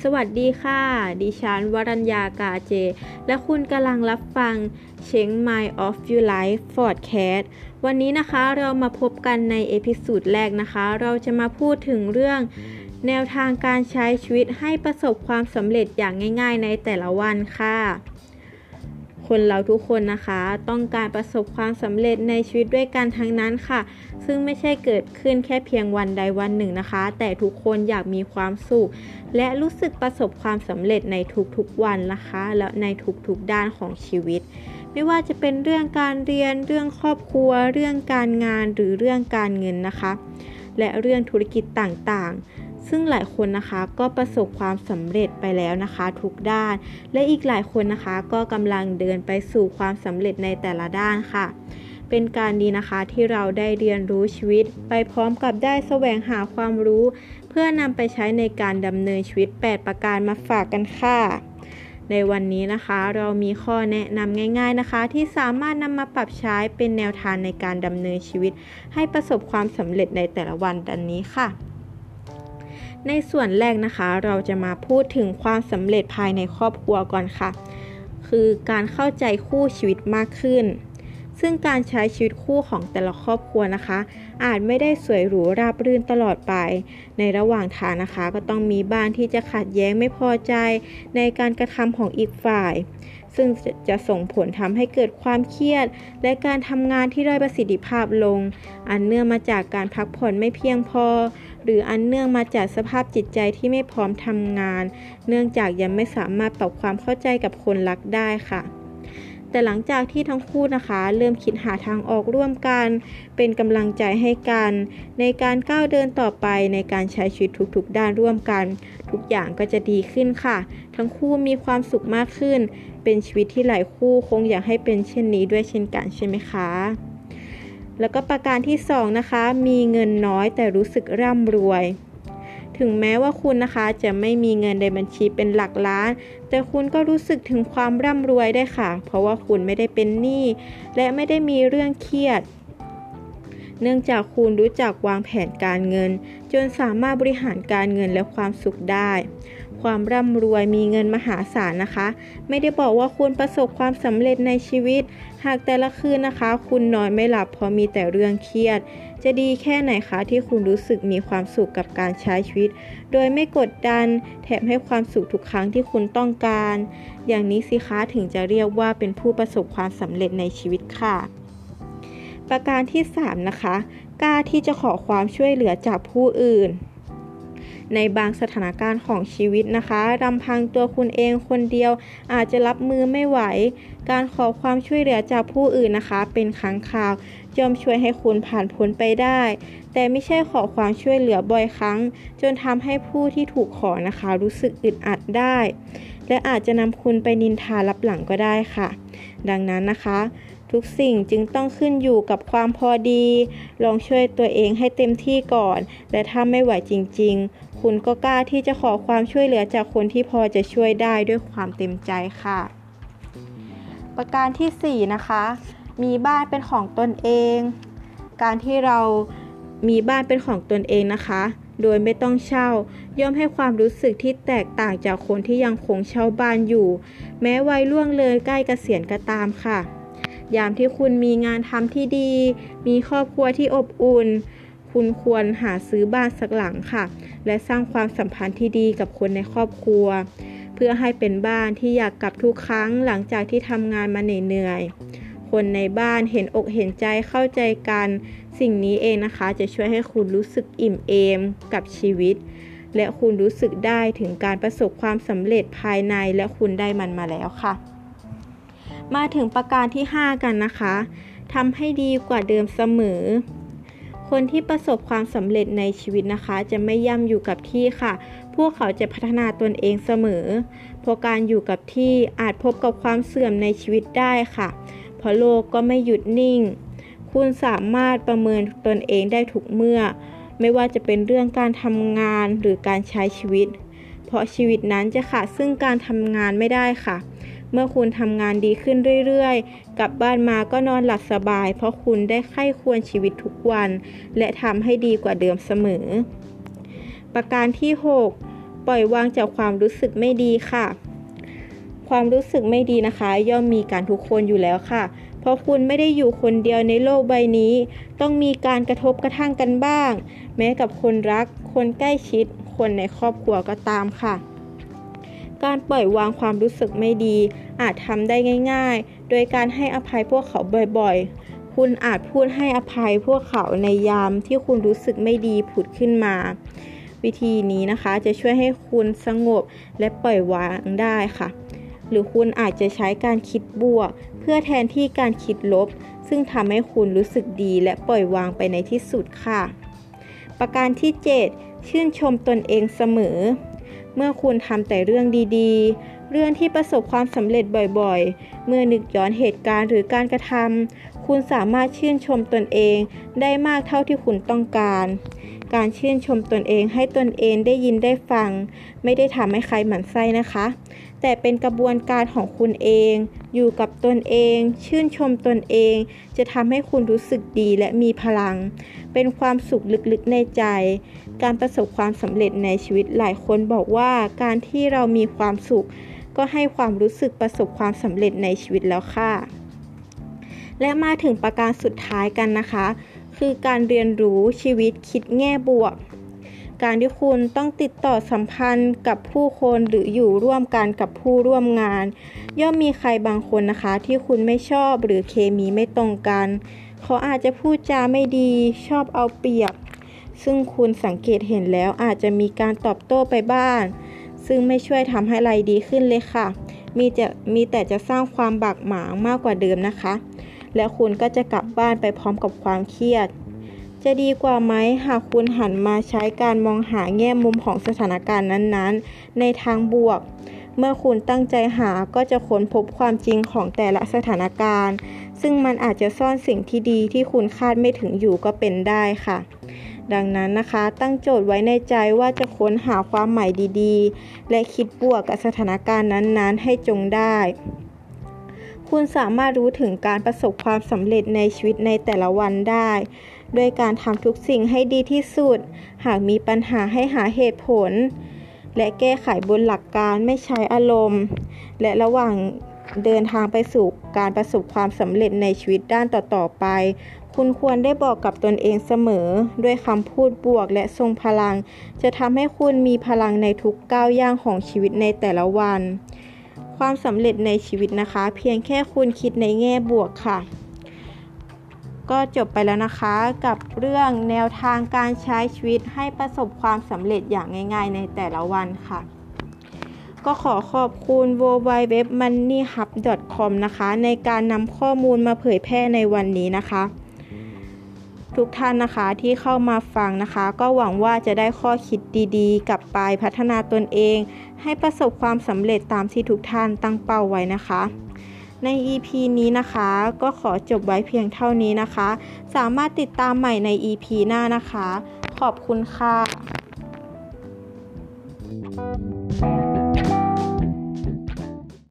สวัสดีค่ะดิฉันวรัญญากาเจและคุณกำลังรับฟัง Change Mind of Your Life Podcast วันนี้นะคะเรามาพบกันในเอพิโซดแรกนะคะเราจะมาพูดถึงเรื่องแนวทางการใช้ชีวิตให้ประสบความสำเร็จอย่างง่ายๆในแต่ละวันค่ะคนเราทุกคนนะคะต้องการประสบความสำเร็จในชีวิตด้วยกันทั้งนั้นค่ะซึ่งไม่ใช่เกิดขึ้นแค่เพียงวันใดวันหนึ่งนะคะแต่ทุกคนอยากมีความสุขและรู้สึกประสบความสำเร็จในทุกๆวันนะคะและในทุกๆด้านของชีวิตไม่ว่าจะเป็นเรื่องการเรียนเรื่องครอบครัวเรื่องการงานหรือเรื่องการเงินนะคะและเรื่องธุรกิจต่างๆซึ่งหลายคนนะคะก็ประสบความสำเร็จไปแล้วนะคะทุกด้านและอีกหลายคนนะคะก็กำลังเดินไปสู่ความสำเร็จในแต่ละด้านค่ะเป็นการดีนะคะที่เราได้เรียนรู้ชีวิตไปพร้อมกับได้แสวงหาความรู้เพื่อนำไปใช้ในการดำเนินชีวิต8ประการมาฝากกันค่ะในวันนี้นะคะเรามีข้อแนะนำง่ายๆนะคะที่สามารถนำมาปรับใช้เป็นแนวทางในการดำเนินชีวิตให้ประสบความสำเร็จในแต่ละวันดังนี้ค่ะในส่วนแรกนะคะเราจะมาพูดถึงความสำเร็จภายในครอบครัวก่อนค่ะคือการเข้าใจคู่ชีวิตมากขึ้นซึ่งการใช้ชีวิตคู่ของแต่ละครอบครัวนะคะอาจไม่ได้สวยหรูราบรื่นตลอดไปในระหว่างทางนะคะก็ต้องมีบ้างที่จะขัดแย้งไม่พอใจในการกระทำของอีกฝ่ายซึ่งจะส่งผลทำให้เกิดความเครียดและการทำงานที่ด้อยประสิทธิภาพลงอันเนื่องมาจากการพักผ่อนไม่เพียงพอหรืออันเนื่องมาจากสภาพจิตใจที่ไม่พร้อมทำงานเนื่องจากยังไม่สามารถปรับความเข้าใจกับคนรักได้ค่ะแต่หลังจากที่ทั้งคู่นะคะเริ่มคิดหาทางออกร่วมกันเป็นกำลังใจให้กันในการก้าวเดินต่อไปในการใช้ชีวิตทุกๆด้านร่วมกันทุกอย่างก็จะดีขึ้นค่ะทั้งคู่มีความสุขมากขึ้นเป็นชีวิตที่หลายคู่คงอยากให้เป็นเช่นนี้ด้วยเช่นกันใช่ไหมคะแล้วก็ประการที่2นะคะมีเงินน้อยแต่รู้สึกร่ำรวยถึงแม้ว่าคุณนะคะจะไม่มีเงินในบัญชีเป็นหลักล้านแต่คุณก็รู้สึกถึงความร่ำรวยได้ค่ะเพราะว่าคุณไม่ได้เป็นหนี้และไม่ได้มีเรื่องเครียดเนื่องจากคุณรู้จักวางแผนการเงินจนสามารถบริหารการเงินและความสุขได้ความร่ำรวยมีเงินมหาศาลนะคะไม่ได้บอกว่าคุณประสบความสำเร็จในชีวิตหากแต่ละคืนนะคะคุณนอนไม่หลับเพราะมีแต่เรื่องเครียดจะดีแค่ไหนคะที่คุณรู้สึกมีความสุขกับการใช้ชีวิตโดยไม่กดดันแถมให้ความสุขทุกครั้งที่คุณต้องการอย่างนี้สิคะถึงจะเรียกว่าเป็นผู้ประสบความสำเร็จในชีวิตค่ะประการที่3นะคะกล้าที่จะขอความช่วยเหลือจากผู้อื่นในบางสถานการณ์ของชีวิตนะคะลำพังตัวคุณเองคนเดียวอาจจะรับมือไม่ไหวการขอความช่วยเหลือจากผู้อื่นนะคะเป็นครั้งคราวย่อมช่วยให้คุณผ่านพ้นไปได้แต่ไม่ใช่ขอความช่วยเหลือบ่อยครั้งจนทำให้ผู้ที่ถูกขอนะคะรู้สึกอึดอัดได้และอาจจะนำคุณไปนินทาลับหลังก็ได้ค่ะดังนั้นนะคะทุกสิ่งจึงต้องขึ้นอยู่กับความพอดีลองช่วยตัวเองให้เต็มที่ก่อนและถ้าไม่ไหวจริงๆคุณก็กล้าที่จะขอความช่วยเหลือจากคนที่พอจะช่วยได้ด้วยความเต็มใจค่ะประการที่4นะคะมีบ้านเป็นของตนเองการที่เรามีบ้านเป็นของตนเองนะคะโดยไม่ต้องเช่าย่อมให้ความรู้สึกที่แตกต่างจากคนที่ยังคงเช่าบ้านอยู่แม้วัยล่วงเลยใกล้เกษียณก็ตามค่ะยามที่คุณมีงานทำที่ดีมีครอบครัวที่อบอุ่นคุณควรหาซื้อบ้านสักหลังค่ะและสร้างความสัมพันธ์ที่ดีกับคนในครอบครัวเพื่อให้เป็นบ้านที่อยากกลับทุกครั้งหลังจากที่ทำงานมาเหนื่อยคนในบ้านเห็นอกเห็นใจเข้าใจกันสิ่งนี้เองนะคะจะช่วยให้คุณรู้สึกอิ่มเอมกับชีวิตและคุณรู้สึกได้ถึงการประสบความสำเร็จภายในและคุณได้มันมาแล้วค่ะมาถึงประการที่5กันนะคะทำให้ดีกว่าเดิมเสมอคนที่ประสบความสำเร็จในชีวิตนะคะจะไม่ย่ำอยู่กับที่ค่ะพวกเขาจะพัฒนาตนเองเสมอเพราะการอยู่กับที่อาจพบกับความเสื่อมในชีวิตได้ค่ะเพราะโลกก็ไม่หยุดนิ่งคุณสามารถประเมินตนเองได้ทุกเมื่อไม่ว่าจะเป็นเรื่องการทำงานหรือการใช้ชีวิตเพราะชีวิตนั้นจะขาดซึ่งการทำงานไม่ได้ค่ะเมื่อคุณทำงานดีขึ้นเรื่อยๆกลับบ้านมาก็นอนหลับสบายเพราะคุณได้ใคร่ครวญชีวิตทุกวันและทำให้ดีกว่าเดิมเสมอประการที่6 ปล่อยวางจากความรู้สึกไม่ดีค่ะความรู้สึกไม่ดีนะคะย่อมมีกันทุกคนอยู่แล้วค่ะเพราะคุณไม่ได้อยู่คนเดียวในโลกใบนี้ต้องมีการกระทบกระทั่งกันบ้างแม้กับคนรักคนใกล้ชิดคนในครอบครัวก็ตามค่ะการปล่อยวางความรู้สึกไม่ดีอาจทำได้ง่ายๆโดยการให้อภัยพวกเขาบ่อยๆคุณอาจพูดให้อภัยพวกเขาในยามที่คุณรู้สึกไม่ดีผุดขึ้นมาวิธีนี้นะคะจะช่วยให้คุณสงบและปล่อยวางได้ค่ะหรือคุณอาจจะใช้การคิดบวกเพื่อแทนที่การคิดลบซึ่งทำให้คุณรู้สึกดีและปล่อยวางไปในที่สุดค่ะประการที่ 7 ชื่นชมตนเองเสมอเมื่อคุณทำแต่เรื่องดีๆเรื่องที่ประสบความสำเร็จบ่อยๆเมื่อนึกย้อนเหตุการณ์หรือการกระทำคุณสามารถชื่นชมตนเองได้มากเท่าที่คุณต้องการการชื่นชมตนเองให้ตนเองได้ยินได้ฟังไม่ได้ทำให้ใครหมั่นไส้นะคะแต่เป็นกระบวนการของคุณเองอยู่กับตนเองชื่นชมตนเองจะทำให้คุณรู้สึกดีและมีพลังเป็นความสุขลึกๆในใจการประสบความสำเร็จในชีวิตหลายคนบอกว่าการที่เรามีความสุขก็ให้ความรู้สึกประสบความสำเร็จในชีวิตแล้วค่ะและมาถึงประการสุดท้ายกันนะคะคือการเรียนรู้ชีวิตคิดแง่บวกการที่คุณต้องติดต่อสัมพันธ์กับผู้คนหรืออยู่ร่วมกันกับผู้ร่วมงานย่อมมีใครบางคนนะคะที่คุณไม่ชอบหรือเคมีไม่ตรงกันเขาอาจจะพูดจาไม่ดีชอบเอาเปรียบซึ่งคุณสังเกตเห็นแล้วอาจจะมีการตอบโต้ไปบ้างซึ่งไม่ช่วยทำให้อะไรดีขึ้นเลยค่ะมีแต่จะสร้างความบากหมางมากกว่าเดิมนะคะและคุณก็จะกลับบ้านไปพร้อมกับความเครียดจะดีกว่าไหมหากคุณหันมาใช้การมองหาแง่มุมของสถานการณ์นั้นๆในทางบวกเมื่อคุณตั้งใจหาก็จะค้นพบความจริงของแต่ละสถานการณ์ซึ่งมันอาจจะซ่อนสิ่งที่ดีที่คุณคาดไม่ถึงอยู่ก็เป็นได้ค่ะดังนั้นนะคะตั้งโจทย์ไว้ในใจว่าจะค้นหาความหมายดีๆและคิดบวกกับสถานการณ์นั้นๆให้จงได้คุณสามารถรู้ถึงการประสบความสำเร็จในชีวิตในแต่ละวันได้ด้วยการทำทุกสิ่งให้ดีที่สุดหากมีปัญหาให้หาเหตุผลและแก้ไขบนหลักการไม่ใช้อารมณ์และระหว่างเดินทางไปสู่การประสบความสำเร็จในชีวิตด้านต่อๆไปคุณควรได้บอกกับตนเองเสมอด้วยคำพูดบวกและทรงพลังจะทำให้คุณมีพลังในทุกก้าวย่างของชีวิตในแต่ละวันความสำเร็จในชีวิตนะคะเพียงแค่คุณคิดในแง่บวกค่ะก็จบไปแล้วนะคะกับเรื่องแนวทางการใช้ชีวิตให้ประสบความสำเร็จอย่างง่ายๆในแต่ละวันค่ะก็ขอขอบคุณ www.moneyhub.com นะคะในการนำข้อมูลมาเผยแพร่ในวันนี้นะคะทุกท่านนะคะที่เข้ามาฟังนะคะก็หวังว่าจะได้ข้อคิดดีๆกลับไปพัฒนาตนเองให้ประสบความสำเร็จตามที่ทุกท่านตั้งเป้าไว้นะคะใน EP นี้นะคะก็ขอจบไว้เพียงเท่านี้นะคะสามารถติดตามใหม่ใน EP หน้านะคะขอบคุณค่ะ